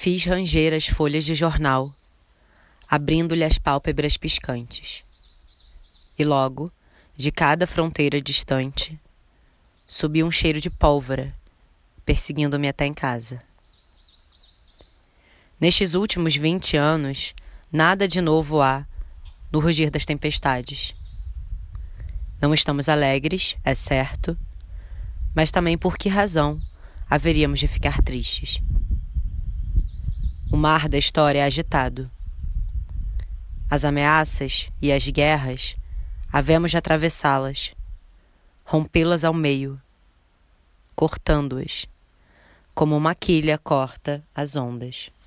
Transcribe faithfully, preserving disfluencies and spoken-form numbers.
Fiz ranger as folhas de jornal, abrindo-lhe as pálpebras piscantes. E logo, de cada fronteira distante, subiu um cheiro de pólvora, perseguindo-me até em casa. Nestes últimos vinte anos, nada de novo há no rugir das tempestades. Não estamos alegres, é certo, mas também por que razão haveríamos de ficar tristes? O mar da história é agitado. As ameaças e as guerras, havemos de atravessá-las, rompê-las ao meio, cortando-as, como uma quilha corta as ondas.